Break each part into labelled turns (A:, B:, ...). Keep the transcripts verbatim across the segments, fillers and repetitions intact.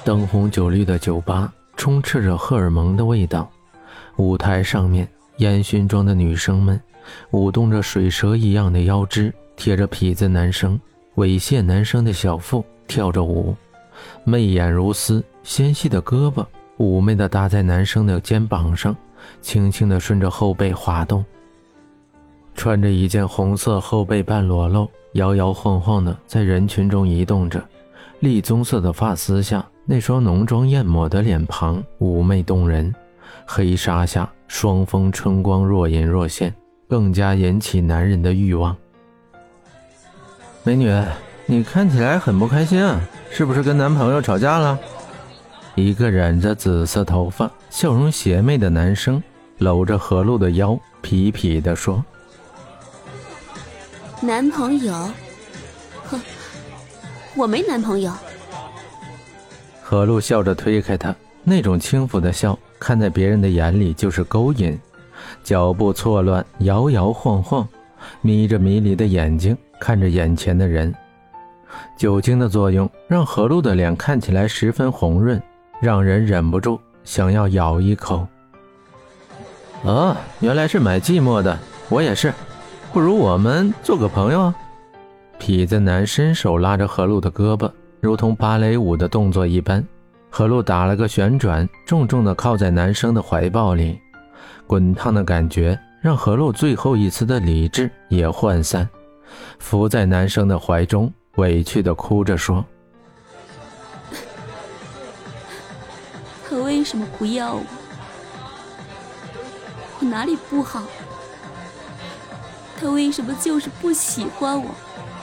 A: 灯红酒绿的酒吧充斥着荷尔蒙的味道，舞台上面烟熏妆的女生们舞动着水蛇一样的腰肢，贴着痞子男生猥亵男生的小腹跳着舞，媚眼如丝，纤细的胳膊妩媚地搭在男生的肩膀上，轻轻地顺着后背滑动。穿着一件红色后背半裸露，摇摇晃晃地在人群中移动着，栗棕色的发丝下那双浓妆艳抹的脸庞妩媚动人，黑纱下双峰春光若隐若现，更加引起男人的欲望。美女，你看起来很不开心啊，是不是跟男朋友吵架了？一个染着紫色头发笑容邪魅的男生搂着何露的腰，痞痞地说：
B: 男朋友？哼，我没男朋友。
A: 何露笑着推开他，那种轻浮的笑看在别人的眼里就是勾引，脚步错乱，摇摇晃晃，眯着迷离的眼睛看着眼前的人。酒精的作用让何露的脸看起来十分红润，让人忍不住想要咬一口。哦，原来是买寂寞的，我也是，不如我们做个朋友啊。痞子男伸手拉着何露的胳膊，如同芭蕾舞的动作一般，何露打了个旋转，重重地靠在男生的怀抱里。滚烫的感觉让何露最后一丝的理智也涣散，伏在男生的怀中，委屈地哭着说：
B: 他为什么不要我？我哪里不好？他为什么就是不喜欢我？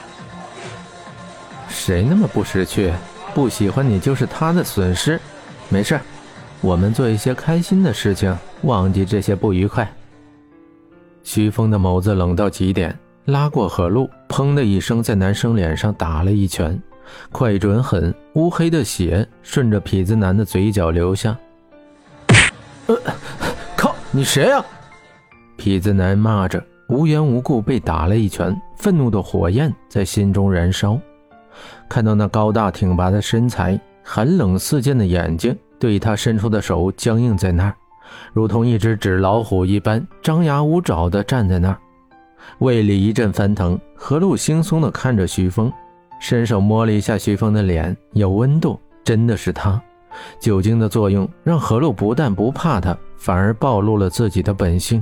A: 谁那么不识趣？不喜欢你就是他的损失。没事，我们做一些开心的事情，忘记这些不愉快。徐峰的眸子冷到极点，拉过何露，砰的一声在男生脸上打了一拳，快准狠，乌黑的血顺着痞子男的嘴角流下。呃，靠，你谁呀？痞子男骂着，无缘无故被打了一拳，愤怒的火焰在心中燃烧。看到那高大挺拔的身材，寒冷似剑的眼睛，对他伸出的手僵硬在那儿，如同一只纸老虎一般张牙舞爪地站在那儿。胃里一阵翻腾，何露惺忪地看着徐峰，伸手摸了一下徐峰的脸，有温度，真的是他。酒精的作用让何露不但不怕他，反而暴露了自己的本性。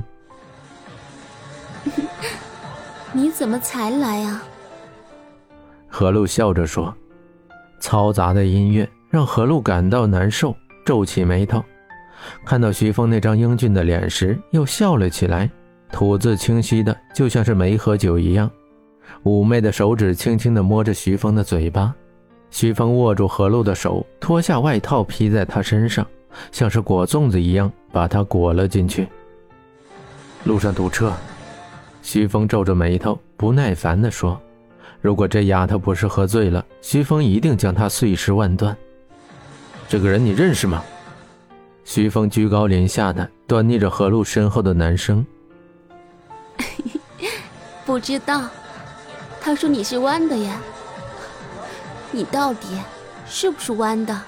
B: 你怎么才来啊？
A: 何露笑着说。嘈杂的音乐让何露感到难受，皱起眉头，看到徐峰那张英俊的脸时又笑了起来，吐字清晰的就像是没喝酒一样。妩媚的手指轻轻地摸着徐峰的嘴巴，徐峰握住何露的手，脱下外套披在她身上，像是裹粽子一样把她裹了进去。路上堵车，徐峰皱着眉头不耐烦地说，如果这丫头不是喝醉了，徐峰一定将她碎尸万段。这个人你认识吗？徐峰居高临下的端睨着何露身后的男生。
B: 不知道，他说你是弯的呀，你到底是不是弯的？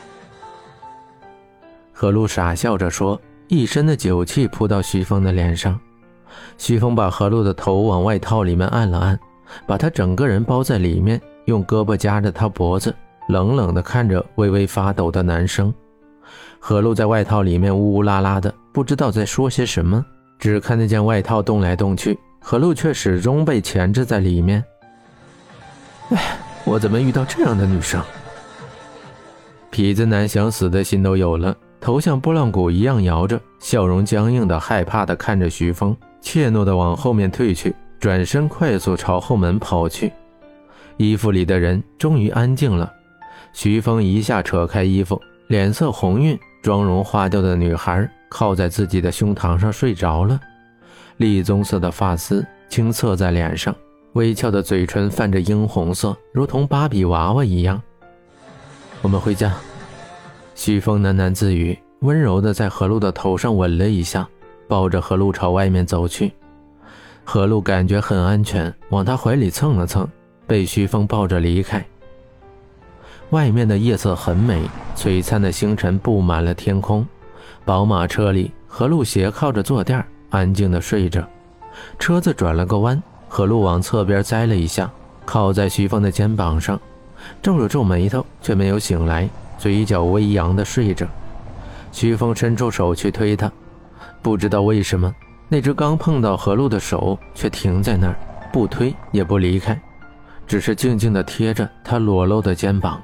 A: 何露傻笑着说，一身的酒气扑到徐峰的脸上。徐峰把何露的头往外套里面按了按，把她整个人包在里面，用胳膊夹着她脖子，冷冷地看着微微发抖的男生。何露在外套里面呜呜啦啦的，不知道在说些什么，只看那件外套动来动去，何露却始终被钳制在里面。哎，我怎么遇到这样的女生？痞子男想死的心都有了，头像拨浪鼓一样摇着，笑容僵硬的害怕的看着徐峰，怯懦的往后面退去，转身快速朝后门跑去。衣服里的人终于安静了，徐峰一下扯开衣服，脸色红晕，妆容花掉的女孩靠在自己的胸膛上睡着了，栗棕色的发丝轻侧在脸上，微翘的嘴唇泛着樱红色，如同芭比娃娃一样。我们回家。徐峰喃喃自语，温柔地在何露的头上吻了一下，抱着何露朝外面走去。何露感觉很安全，往他怀里蹭了蹭，被徐峰抱着离开。 外面的夜色很美，璀璨的星辰布满了天空。宝马车里，何璐斜靠着坐垫，安静地睡着。车子转了个弯，何璐往侧边栽了一下，靠在徐峰的肩膀上，皱了皱眉头，却没有醒来，嘴角微扬地睡着。徐峰伸出手去推他，不知道为什么，那只刚碰到何璐的手却停在那儿，不推也不离开，只是静静地贴着他裸露的肩膀。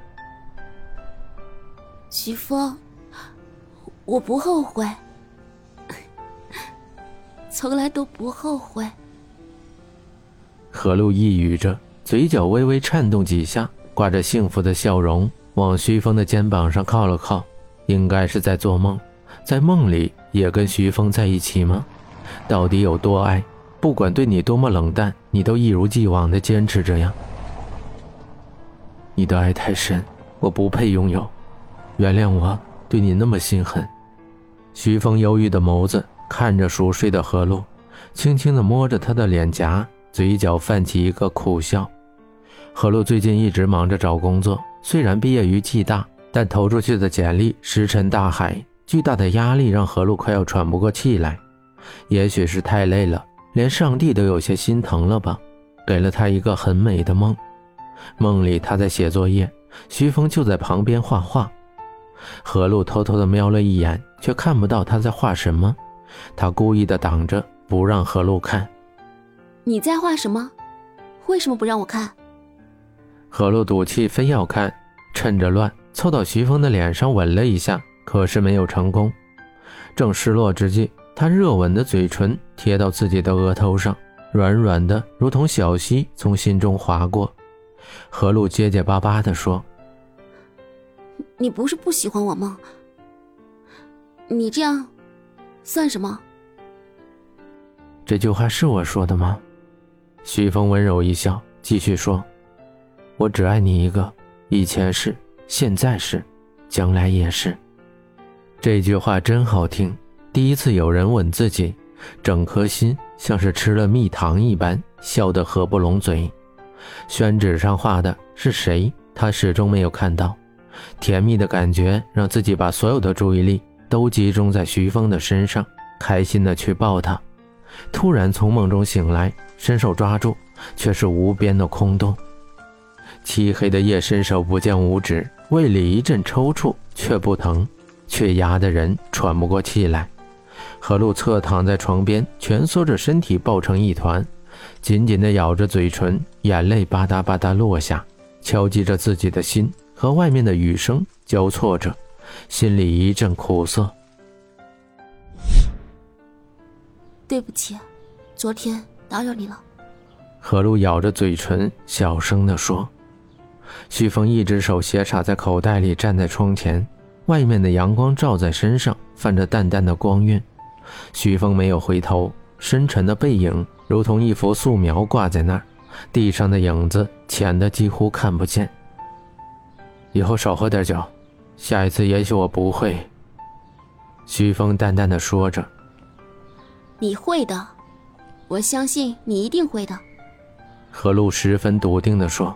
B: 徐峰，我不后悔，从来都不后悔。
A: 何璐一语着，嘴角微微颤动几下，挂着幸福的笑容，往徐峰的肩膀上靠了靠。应该是在做梦，在梦里也跟徐峰在一起吗？到底有多爱？不管对你多么冷淡，你都一如既往地坚持这样。你的爱太深，我不配拥有，原谅我对你那么心狠。徐峰忧郁的眸子看着熟睡的何璐，轻轻地摸着她的脸颊，嘴角泛起一个苦笑。何璐最近一直忙着找工作，虽然毕业于暨大，但投出去的简历石沉大海，巨大的压力让何璐快要喘不过气来。也许是太累了，连上帝都有些心疼了吧，给了他一个很美的梦。梦里他在写作业，徐峰就在旁边画画。何璐偷偷地瞄了一眼，却看不到他在画什么，他故意地挡着，不让何璐看。
B: 你在画什么？为什么不让我看？
A: 何璐赌气非要看，趁着乱凑到徐峰的脸上吻了一下，可是没有成功。正失落之际，他热吻的嘴唇贴到自己的额头上，软软的如同小溪从心中划过。何璐结结巴巴地说，
B: 你不是不喜欢我吗？你这样算什么？
A: 这句话是我说的吗？徐峰温柔一笑，继续说，我只爱你一个，以前是，现在是，将来也是。这句话真好听，第一次有人吻自己，整颗心像是吃了蜜糖一般，笑得合不拢嘴。宣纸上画的是谁，他始终没有看到。甜蜜的感觉让自己把所有的注意力都集中在徐峰的身上，开心的去抱他。突然从梦中醒来，伸手抓住，却是无边的空洞。漆黑的夜伸手不见五指，胃里一阵抽搐，却不疼，却压得人喘不过气来。何璐侧躺在床边，蜷缩着身体抱成一团，紧紧地咬着嘴唇，眼泪吧嗒吧嗒落下，敲击着自己的心，和外面的雨声交错着，心里一阵苦涩。
B: 对不起，昨天打扰你了。
A: 何璐咬着嘴唇，小声地说。徐峰一只手斜插在口袋里，站在窗前，外面的阳光照在身上，泛着淡淡的光晕。徐峰没有回头，深沉的背影如同一幅素描挂在那儿，地上的影子浅的几乎看不见。以后少喝点酒，下一次也许我不会。徐峰淡淡地说着。
B: 你会的，我相信你一定会的。
A: 何璐十分笃定地说。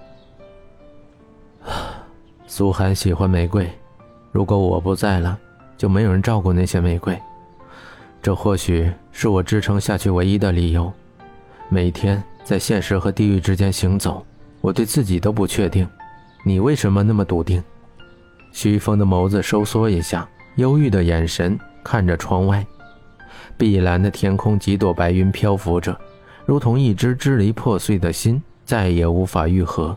A: 苏寒喜欢玫瑰，如果我不在了，就没有人照顾那些玫瑰。这或许是我支撑下去唯一的理由。每天在现实和地狱之间行走，我对自己都不确定。你为什么那么笃定？徐峰的眸子收缩一下，忧郁的眼神看着窗外。碧蓝的天空，几朵白云漂浮着，如同一只支离破碎的心，再也无法愈合。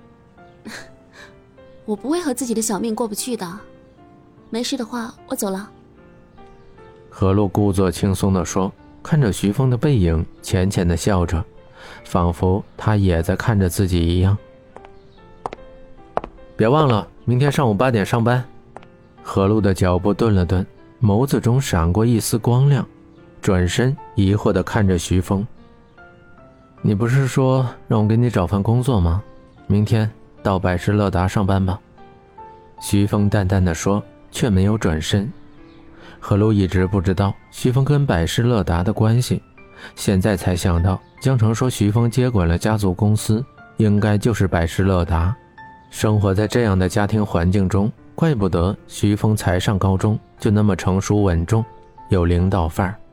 B: 我不会和自己的小命过不去的，没事的话我走了。
A: 何璐故作轻松地说，看着徐峰的背影，浅浅地笑着，仿佛他也在看着自己一样。别忘了明天上午八点上班。何璐的脚步顿了顿，眸子中闪过一丝光亮，转身疑惑地看着徐峰。你不是说让我给你找份工作吗？明天到百事乐达上班吧。徐峰淡淡地说，却没有转身。何璐一直不知道徐峰跟百事乐达的关系，现在才想到江城说徐峰接管了家族公司，应该就是百事乐达。 生活在这样的家庭环境中，怪不得徐峰才上高中就那么成熟稳重，有领导范儿。